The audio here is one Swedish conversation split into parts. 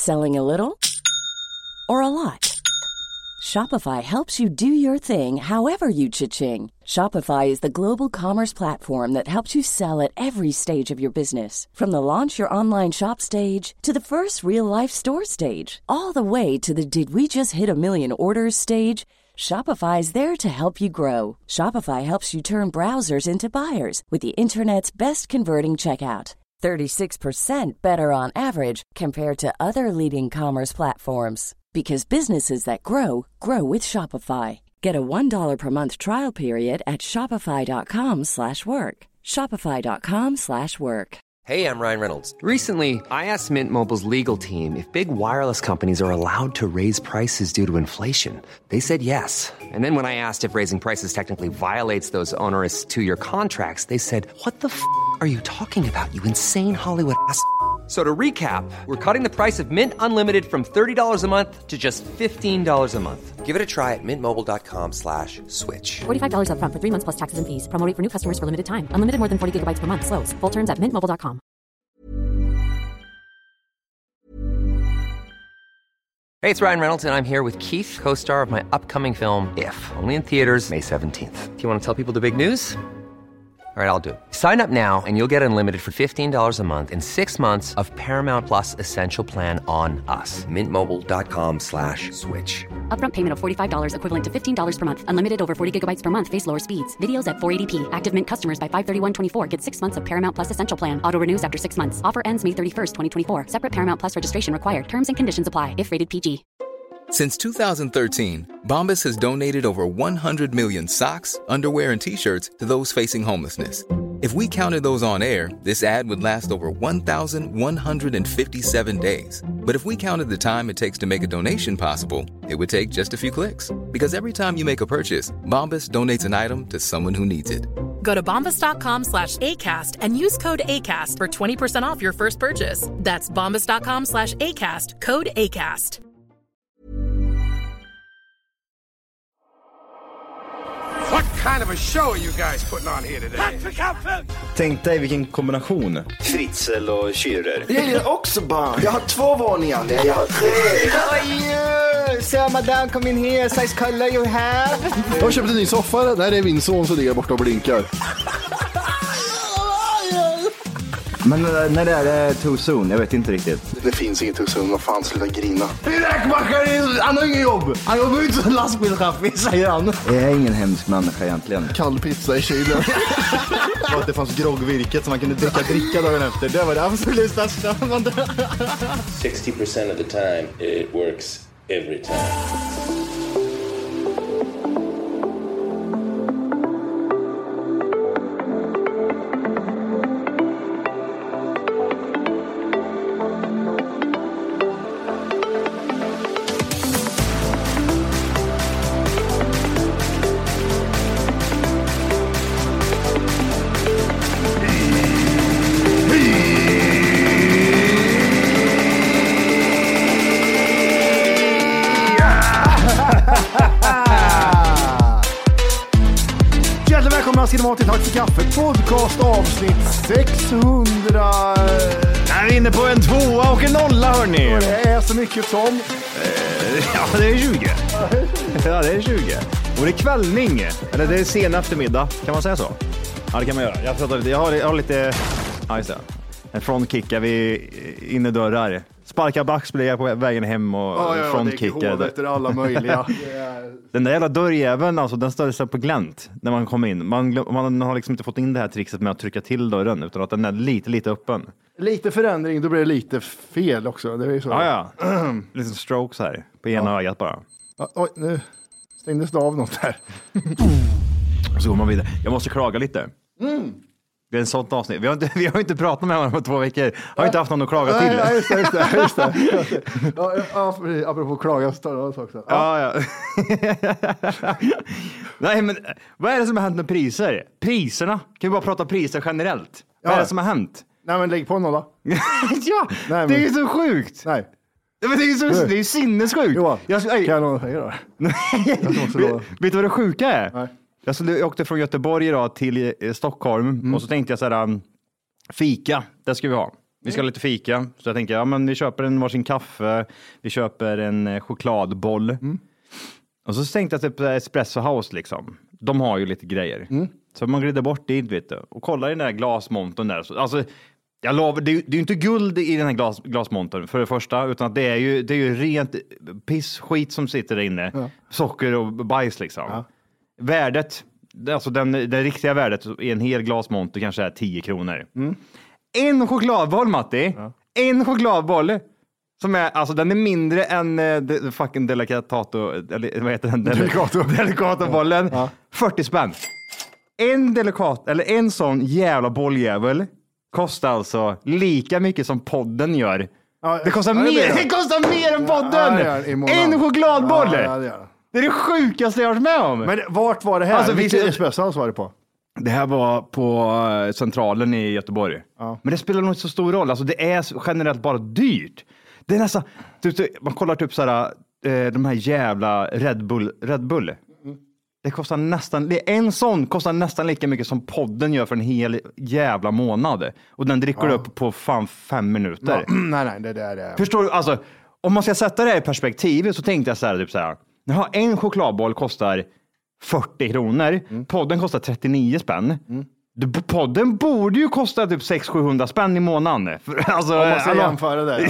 Selling a little or a lot? Shopify helps you do your thing however you cha-ching. Shopify is the global commerce platform that helps you sell at every stage of your business. From the launch your online shop stage to the first real-life store stage, all the way to the did we just hit a million orders stage. Shopify is there to help you grow. Shopify helps you turn browsers into buyers with the internet's best converting checkout. 36% better on average compared to other leading commerce platforms. Because businesses that grow, grow with Shopify. Get a $1 per month trial period at shopify.com/work. Shopify.com/work. Hey, I'm Ryan Reynolds. Recently, I asked Mint Mobile's legal team if big wireless companies are allowed to raise prices due to inflation. They said yes. And then when I asked if raising prices technically violates those onerous two-year contracts, they said, "What the f*** are you talking about, you insane Hollywood ass?" So to recap, we're cutting the price of Mint Unlimited from $30 a month to just $15 a month. Give it a try at mintmobile.com/switch. $45 up front for 3 months plus taxes and fees. Promo rate for new customers for limited time. Unlimited more than 40 gigabytes per month. Slows full terms at mintmobile.com. Hey, it's Ryan Reynolds, and I'm here with Keith, co-star of my upcoming film, If, only in theaters May 17th. Do you want to tell people the big news? All right, I'll do it. Sign up now and you'll get unlimited for $15 a month and 6 months of Paramount Plus Essential Plan on us. mintmobile.com/switch. Upfront payment of $45 equivalent to $15 per month. Unlimited over 40 gigabytes per month. Face lower speeds. Videos at 480p. Active Mint customers by 531.24 get 6 months of Paramount Plus Essential Plan. Auto renews after 6 months. Offer ends May 31st, 2024. Separate Paramount Plus registration required. Terms and conditions apply if rated PG. Since 2013, Bombas has donated over 100 million socks, underwear, and T-shirts to those facing homelessness. If we counted those on air, this ad would last over 1,157 days. But if we counted the time it takes to make a donation possible, it would take just a few clicks. Because every time you make a purchase, Bombas donates an item to someone who needs it. Go to bombas.com/ACAST and use code ACAST for 20% off your first purchase. That's bombas.com/ACAST, code ACAST. What kind of a show are you guys putting on here today? Tänk dig vilken kombination. Fritzel och Schürrer. Jag gillar också barn. Jag har 2 våningar. Jag har 3. So madame, come in here. Size color you have. Jag har köpt en ny soffa. Nej, det är min son som ligger borta och blinkar. Men när det är too soon, jag vet inte riktigt. Det finns inget too soon, vad fan, sluta grina. Räkmackare, han har ingen jobb. Han jobbar inte som lastbilschaffis, säger han. Jag är ingen hemsk människa egentligen. Kall pizza i kylen. Och att det fanns groggvirket som man kunde dricka dagen efter. Det var det absolut största. 60% of the time it works every time. Till Tack för kaffet podcast avsnitt 600. Jag är inne på en 2 och en 0, hörni. Och det är så mycket som ja, det är 20. Ja, det är 20. Och det är kvällning. Eller det är sen eftermiddag. Kan man säga så? Ja, det kan man göra. Jag har lite... Ja, just det. En frontkickar vid innedörrar. Sparkar backsplayer på vägen hem och frontkickar. Det är alla möjliga. Den där jävla dörrjäveln, alltså, den står så på glänt när man kommer in. Man har liksom inte fått in det här trixet med att trycka till dörren, utan att den är lite öppen. Lite förändring, då blir det lite fel också. Det är ju så. Ja. Lite strokes här på ena ögat bara. Oj, nu stängdes det av något här. Så går man vidare. Jag måste klaga lite. Det är en sånt avsnitt. Vi har inte pratat med varandra på 2 veckor. Har inte haft någon att klaga till. Nej, just det. Ja, apropå klaga så tar det också. Ja. Nej, men vad är det som har hänt med priser? Priserna? Kan vi bara prata priser generellt? Vad är det som har hänt? Nej, men lägg på någon då. Ja, nej, det är ju så sjukt. Nej. Men det är ju sinnessjukt. Johan, kan jag någon säga då? Vet du vad det sjuka är? Nej. Jag åkte från Göteborg idag till Stockholm och så tänkte jag så här, fika, det ska vi ha. Vi ska ha lite fika. Så jag tänker, ja men vi köper en varsin kaffe. Vi köper en chokladboll. Och så tänkte jag typ Espresso House liksom. De har ju lite grejer. Så man glider bort dit, vet du. Och kollar i den där glasmonten där. Alltså, jag lovar, det är ju inte guld i den här glasmonten för det första. Utan att det är ju rent skit som sitter där inne. Ja. Socker och bajs liksom. Ja. Värdet, alltså det riktiga värdet i en hel glasmonter kanske är 10 kronor. En chokladboll, Matti. Ja. En chokladboll. Som är, alltså den är mindre än fucking delicatato, eller vad heter den? Delicatobollen. Ja. 40 spänn. En sån jävla bolljävel kostar alltså lika mycket som podden gör. Ja, det kostar mer än podden. En chokladboll. Det är det sjukaste jag har varit med om. Men vart var det här? Alltså, vilket Espresso House var det på? Det här var på Centralen i Göteborg. Ja. Men det spelar nog inte så stor roll. Alltså det är generellt bara dyrt. Det är nästan, man kollar typ såhär, de här jävla Red Bull. Det kostar nästan, en sån kostar nästan lika mycket som podden gör för en hel jävla månad. Och den dricker upp på fan 5 minuter. Nej, det där är... Förstår du, alltså, om man ska sätta det i perspektiv så tänkte jag såhär, typ såhär, en chokladboll kostar 40 kronor. Podden kostar 39 spänn. Podden borde ju kosta typ 600-700 spänn i månaden. Alltså, om man ska jämföra det.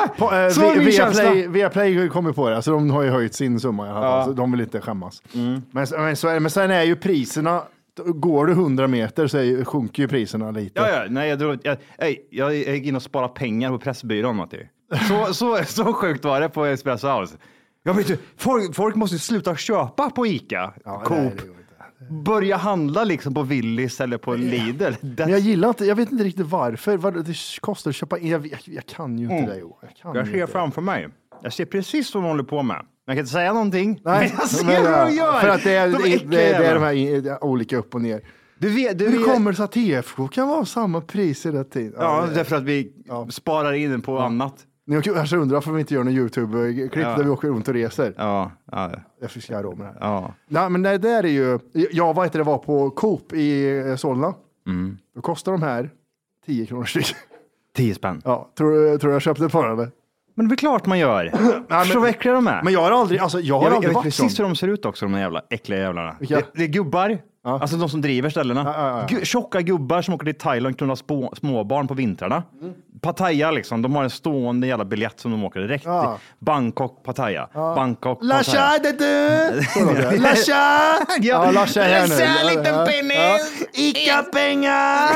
Ja, Viaplay kommer på det. Alltså, de har ju höjt sin summa i alla fall. Så de vill inte skämmas. Men sen är ju priserna... Går du 100 meter så sjunker ju priserna lite. Ja. Nej, jag gick in och sparade pengar på Pressbyrån, Matti. Så sjukt var det på Espresso House. Jag vet inte, folk måste sluta köpa på Ica, Coop. Börja handla liksom på Willys eller på Lidl. Men jag gillar inte, jag vet inte riktigt varför. Vad det kostar att köpa in. Jag kan ju inte det. Jag ser framför mig. Jag ser precis vad de håller på med. Jag kan inte säga någonting. Nej, men jag ser vad de gör. För att det är de här olika upp och ner. Hur kommer det så att TFK kan vara samma pris hela tiden? Ja, det är för att vi sparar in på annat. Ni kanske undrar varför vi inte gör någon YouTube-klipp där vi åker runt och reser. Ja. Jag fick skara om det här. Ja. Nej, men det där är ju... Jag var inte det var på Coop i Solna. Då kostar de här 10 kronor styck. 10 spänn. Ja, tror du jag köpte på det? Men det är klart man gör. Så äckliga de är. Men jag har aldrig varit Jag vet precis hur de ser ut också, de jävla äckliga jävlarna. Det är gubbar. Alltså de som driver ställena. Tjocka gubbar som åker till Thailand och knullar småbarn på vintrarna. Pattaya liksom, de har en stående jävla biljett som de åker direkt till. Bangkok, Pattaya. Bangkok, Pattaya. Lasha, det Lasha! Lasha, liten penny! Ica-pengar!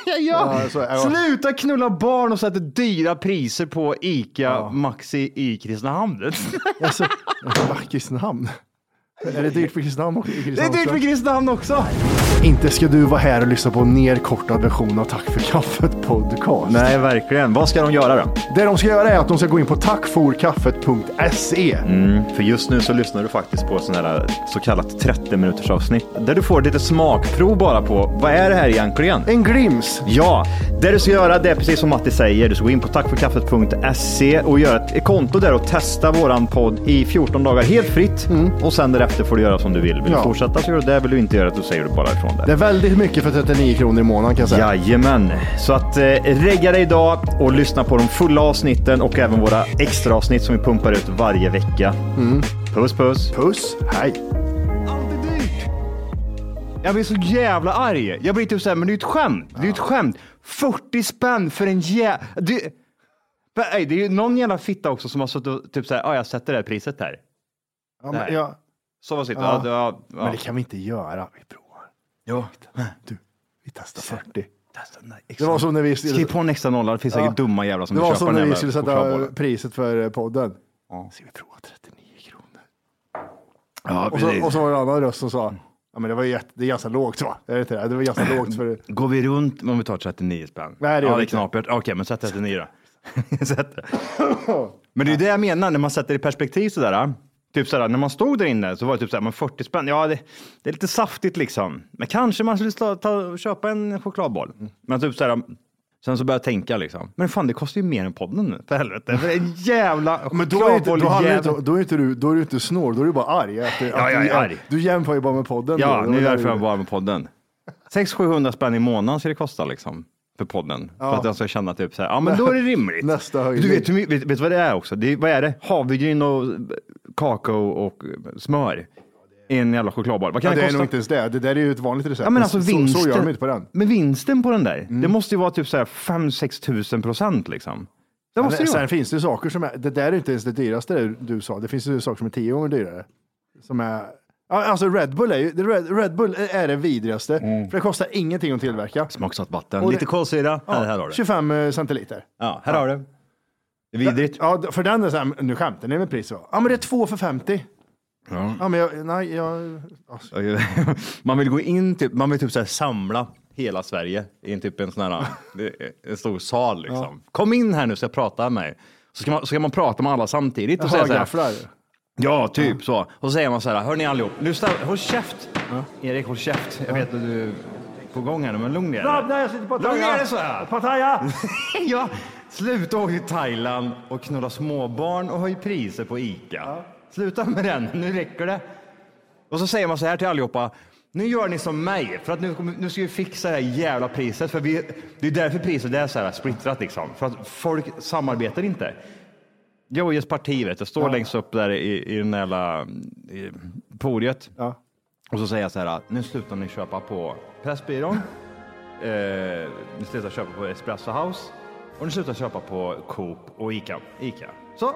Sluta knulla barn och sätta dyra priser på Ica Maxi i Kristinehamn. Kristinehamn? Är det dyrt för Kristinehamn också? Det är dyrt för Kristinehamn också. Inte ska du vara här och lyssna på en nerkortad version av Tack för kaffet podcast. Nej, verkligen. Vad ska de göra då? Det de ska göra är att de ska gå in på tackforkaffet.se. För just nu så lyssnar du faktiskt på sån här så kallat 30 minuters avsnitt där du får lite smakprov bara på vad är det här egentligen? En glims. Ja, det du ska göra det är precis som Matti säger. Du ska gå in på tackforkaffet.se och göra ett konto där och testa våran podd i 14 dagar helt fritt. Och sen därefter får du göra som du vill. Vill du fortsätta så gör du det. Vill du inte göra det, då säger du bara ifrån det. Det är väldigt mycket för 39 kronor i månaden kan jag säga. Jajamän. Så att regga dig idag och lyssna på de fulla avsnitten och även våra extra avsnitt som vi pumpar ut varje vecka. Puss. Puss, hej. Allt är dyrt. Jag blir så jävla arg. Jag blir typ såhär, men det är ett skämt. Det är ett skämt. 40 spänn för en det är ju någon jävla fitta också som har suttit och typ såhär, jag sätter det här priset här. Ja, men Så var sitter. Men det kan vi inte göra. Vi provar. Ja. Vi testar 40. Det var som när vi skriv på en extra nolla. Det finns säkert dumma jävlar som det vill var köpa som när den vi skulle sätta priset för podden. Så vi provar 39 kronor. Och så var det en annan röst som sa men det är ganska lågt va? Det var ganska lågt för... Går vi runt om vi tar 39 spänn? Nej, det är knapert. Okej, men sätt 39 då. Men det är det jag menar när man sätter i perspektiv sådär. Typ sådär, när man stod där inne så var det typ såhär, men 40 spänn, det är lite saftigt liksom. Men kanske man skulle köpa en chokladboll. Men typ sådär, sen så började jag tänka liksom, men fan det kostar ju mer än podden nu, för helvete. För en jävla chokladboll. Då är du inte snår, då är du bara arg. Jag är arg. Du jämför ju bara med podden. Ja, nu är jag bara med podden. 600-700 spänn i månaden ska det kosta liksom. för podden. För att jag ska känna typ så här, ja men då är det rimligt. Nästa höjning. Du vet vad det är också? Vad är det? Havregryn och kakao och smör. En jävla chokladbar. Vad kan det är kosta? nog inte ens det. Det där är ju ett vanligt recept. Ja, men alltså vinsten, så gör de inte på den. Men vinsten på den där, det måste ju vara typ så här 5-6 000% liksom. Det måste ju sen finns det saker som är, det där är inte ens det dyraste du sa. Det finns ju saker som är 10 gånger dyrare. Som är, alltså Red Bull är det vidrigaste. För det kostar ingenting att tillverka. Smaksatt vatten, lite kolsyra. Här har du. 25 centiliter. Ja, här har du. Det är vidrigt. Ja, för den är så här, nu skämtar ni med pris. Ja, men det är 2 för 50. Ja, men alltså. Man vill gå in typ, man vill typ så här samla hela Sverige i en typ en sån här en stor sal liksom. Ja. Kom in här nu så jag pratar med mig. Så ska man prata med alla samtidigt och säga så här. Ja, typ så. Och så säger man så här, hör ni allihop, lyssna, håll käft. Erik, håll käft. Jag vet att du är på gång här nu, men lugn ner dig. Nej, jag sitter på Lugn ner dig så här. Pattaya. Ja, sluta åka till Thailand och knulla småbarn och höj priser på Ica. Sluta med den, nu räcker det. Och så säger man så här till allihopa, nu gör ni som mig, för att nu ska vi fixa det här jävla priset, för det är därför priset är så här splittrat liksom, för att folk samarbetar inte. Jag och Jes parti, vet jag står längst upp där i den jävla podiet. Ja. Och så säger jag så här, nu slutar ni köpa på Pressbyrån, ni slutar köpa på Espresso House och ni slutar köpa på Coop och Ica. Så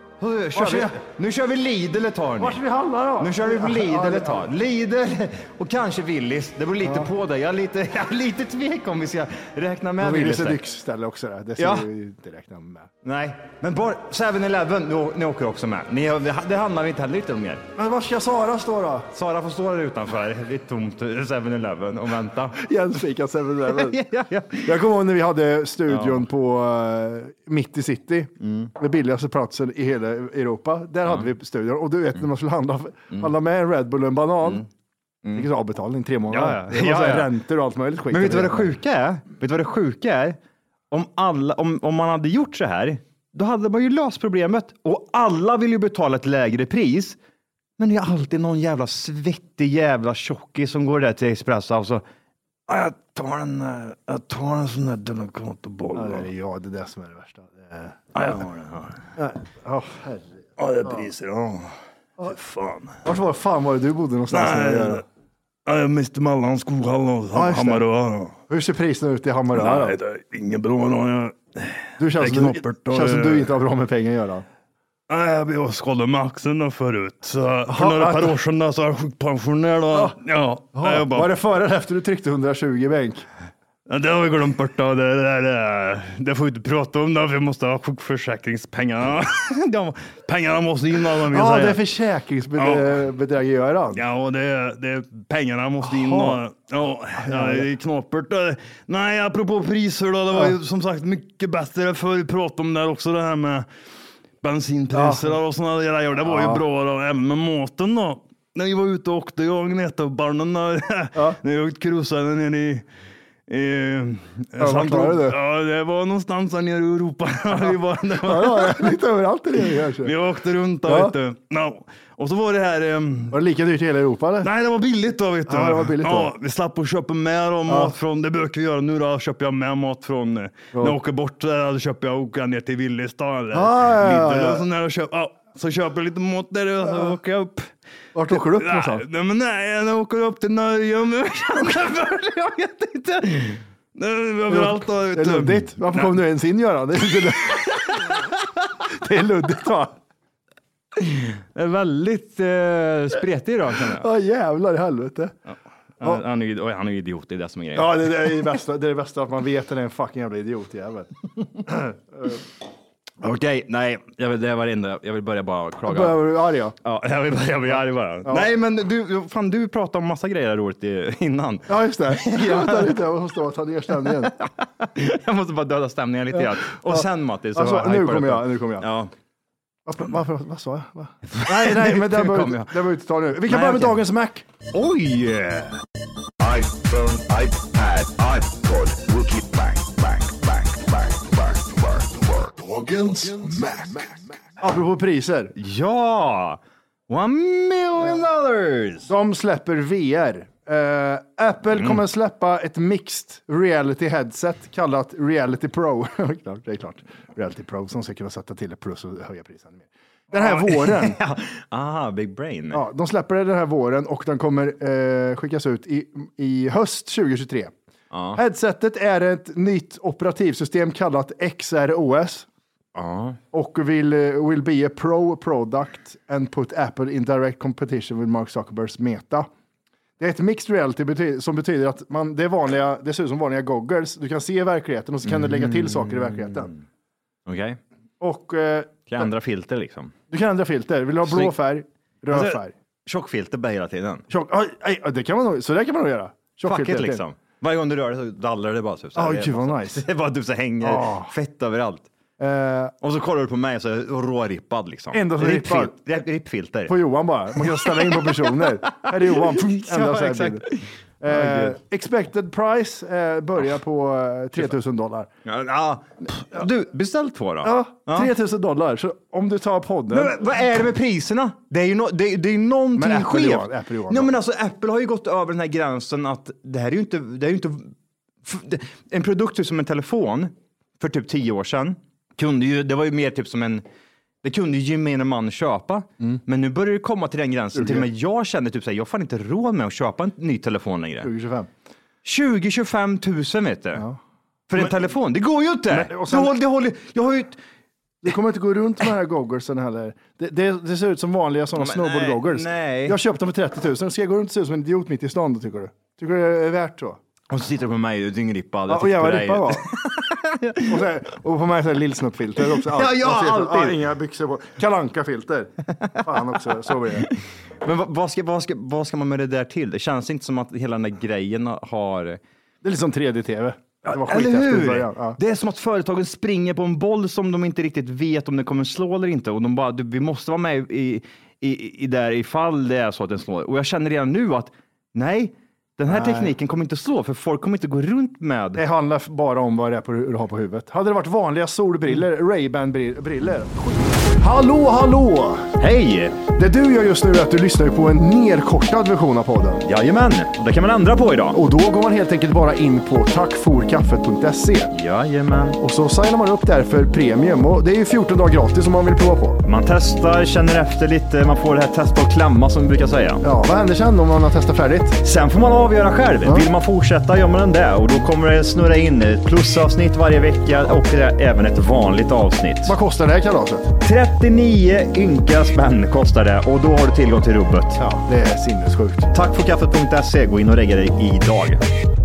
nu kör vi Lidl ett tag. Var ska vi handla då? Nu kör vi Lidl ett tag. Lidl och kanske Willys. Det beror lite på det. Jag är lite tvek om vi ska räkna med Willys. Willys är lyxställe också där. Det ska vi inte räkna med. Nej, men bara 7-Eleven, ni åker också med. Det handlar vi inte heller lite om mer. Men var ska Sara stå då? Sara får stå där utanför. Det är tomt 7-Eleven och vänta. Jens fika 7-Eleven. Jag kommer ihåg när vi hade studion på mitt i city. Med billigaste platsen i hela Europa. Där hade vi studion. Och du vet när man skulle handla med en Red Bull och en banan. Vilket är avbetalning 3 månader. Det var räntor och allt möjligt skit. Men vet du vad det sjuka är? Om man hade gjort så här, då hade man ju löst problemet. Och alla vill ju betala ett lägre pris. Men det är alltid någon jävla svettig jävla tjockis som går där till Espresso och så jag tar en sån där Delicatoboll. Ja, det är det som är det värsta. Jag har den här. Ja, det är priser. Fan. Var var det du bodde någonstans? Jag miste Mallan Skoghall och Hammarö. Hur ser priserna ut i Hammarö? Nej, det är ingen bra. Du känns som du inte har bra med pengar att göra. Nej, jag blev skadad med axeln då förut. Så för några par år sedan så var jag sjukpensionär då. Var det före eller efter du tryckte 120 bänk? Ja, det har vi glömt bort då. Det får vi inte prata om då. Vi måste ha sjukförsäkringspengarna. Pengarna måste in. Säga. Det är försäkringsbedrägerier. Ja, det pengarna måste in. Det är knapert. Nej, apropå priser då. Det var ju som sagt mycket bättre för att prata om det också. Det här med bensinpriser och sådana grejer. Det var ju bra då. Även med maten då. När vi var ute och åkte, jag och Agneta och barnen när jag krusade nere i det var någonstans här nere i Europa. Lite överallt vi åkte runt då, vet du. Och så var det här var det lika dyrt i hela Europa eller? Nej, det var billigt då, vet du. Det var billigt då. Vi slapp att köpa med mat från, det brukar vi göra nu då, köper jag med mat från när jag åker bort, då köper jag åka ner till Willys då, så köper jag lite mat där och så åker jag upp. Vart åker du upp någonstans? Jag åker upp till Nöjem. Jag vet inte. Det är luddigt. Varför kom du ens in, Göran? Det är luddigt, va? Det är väldigt spretig idag, kan jag. Ja, jävlar i helvete. Han är idiot, det är det som är grejen. Ja, det är det bästa att man vet att det är en fucking jävla idiotjävel. Okej, nej, jag vill börja bara klaga. Börjar du arg? Ja, jag vill börja bli arg bara. Ja. Nej, men du pratade om massa grejer roligt innan. Ja, just det. Jag måste ta ner stämningen. Jag måste bara döda stämningen lite grann. Och sen, Matti, så alltså, nu kommer jag. Ja. Vad sa jag? Nej, men det var inte ta nu. Vi kan börja med dagens Mac. Oj! iPhone, iPad, iPod, Wookie, bang. Dagens Mac. Apropå priser. Ja! $1 million! De släpper VR. Apple kommer släppa ett mixed reality headset kallat Reality Pro. Det är klart. Reality Pro som ska kunna sätta till det plus och höja priset mer. Den här våren. Big brain. Ja, de släpper det den här våren och den kommer skickas ut i höst 2023. Headsetet är ett nytt operativsystem kallat XROS. Och will be a pro product and put Apple in direct competition with Mark Zuckerbergs Meta. Det är ett mixed reality som betyder att det ser ut som vanliga goggles. Du kan se verkligheten och så kan du lägga till saker i verkligheten. Okej. Och kan ändra filter liksom. Du kan ändra filter. Vill du ha blå färg, röd färg? Tjockfilter bara hela tiden. Det kan man nog, så där kan man nog göra. Fucket liksom. Varje gång du rör det så dallrar det bara. Gud vad nice. Det är bara du så hänger fett överallt. Och så kollar du på mig så är jag rårippad liksom. Ändå så rippfilter. På Johan bara. Man kan ställa in på personer. Här är Johan. Exakt. Expected price börjar på $3,000. Du, beställ 2 då. Ja, $3,000. Så om du tar podden. Men vad är det med priserna? Det är ju det är någonting skevt. Nej, men alltså Apple har ju gått över den här gränsen att det här är ju inte en produkt som en telefon för typ 10 år sedan det var ju mer typ som det kunde ju gemene man köpa. Men nu börjar det komma till den gränsen. Till och med jag känner typ såhär, jag får inte råd med att köpa en ny telefon längre. 20-25 000 vet du. Ja. För en telefon, det går ju inte. Det kommer inte gå runt med de här gogglesen heller. Det ser ut som vanliga sådana snowboard-goggles. Jag köpte dem för 30 000. Ska jag gå runt och se ut som en idiot mitt i stan då, tycker du? Tycker du det är värt så? Och så sitter du på mig och dyngrippad. Och jag var rippad va? och på mig så är det lillsnoppfilter också. Alltid. Inga byxor på. Kalanka-filter. Fan också, så blir det. Men vad ska man med det där till? Det känns inte som att hela den här grejen har... Det är liksom 3D-tv. Eller hur? Ja. Det är som att företagen springer på en boll som de inte riktigt vet om den kommer slå eller inte. Och de bara, vi måste vara med i där ifall det är så att den slår. Och jag känner redan nu att nej, den här tekniken kommer inte slå, för folk kommer inte gå runt med. Det handlar bara om vad det är du har på huvudet. Hade det varit vanliga solbriller, Ray-Ban-briller. Hallå! Hej! Det du gör just nu är att du lyssnar på en nerkortad version av podden. Jajamän, det kan man ändra på idag. Och då går man helt enkelt bara in på tackforkaffet.se. Jajamän. Och så signar man upp där för premium. Och det är ju 14 dagar gratis om man vill prova på. Man testar, känner efter lite, man får det här testa och klämma som vi brukar säga. Ja, vad händer sen om man har testat färdigt? Sen får man avgöra själv. Ja. Vill man fortsätta, gör man den där. Och då kommer det snurra in ett plusavsnitt varje vecka och även ett vanligt avsnitt. Vad kostar det här kalaset? 39 ynka spänn kostar det och då har du tillgång till rubbet. Ja, det är sinnessjukt. Tackforkaffet.se, gå in och regga dig idag.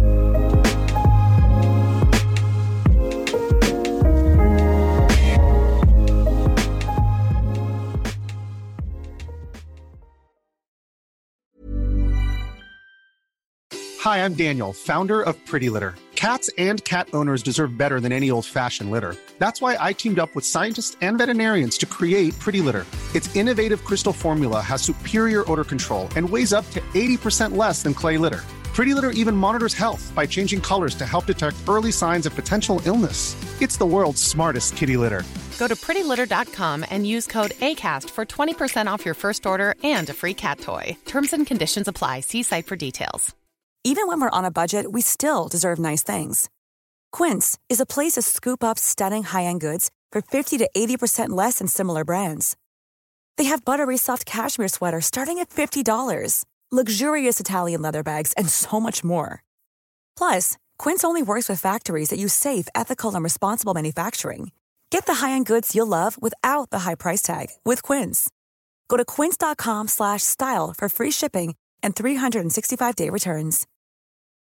Hi, I'm Daniel, founder of Pretty Litter. Cats and cat owners deserve better than any old-fashioned litter. That's why I teamed up with scientists and veterinarians to create Pretty Litter. Its innovative crystal formula has superior odor control and weighs up to 80% less than clay litter. Pretty Litter even monitors health by changing colors to help detect early signs of potential illness. It's the world's smartest kitty litter. Go to prettylitter.com and use code ACAST for 20% off your first order and a free cat toy. Terms and conditions apply. See site for details. Even when we're on a budget, we still deserve nice things. Quince is a place to scoop up stunning high-end goods for 50 to 80% less than similar brands. They have buttery soft cashmere sweaters starting at $50, luxurious Italian leather bags, and so much more. Plus, Quince only works with factories that use safe, ethical, and responsible manufacturing. Get the high-end goods you'll love without the high price tag with Quince. Go to quince.com/style for free shipping and 365-day returns.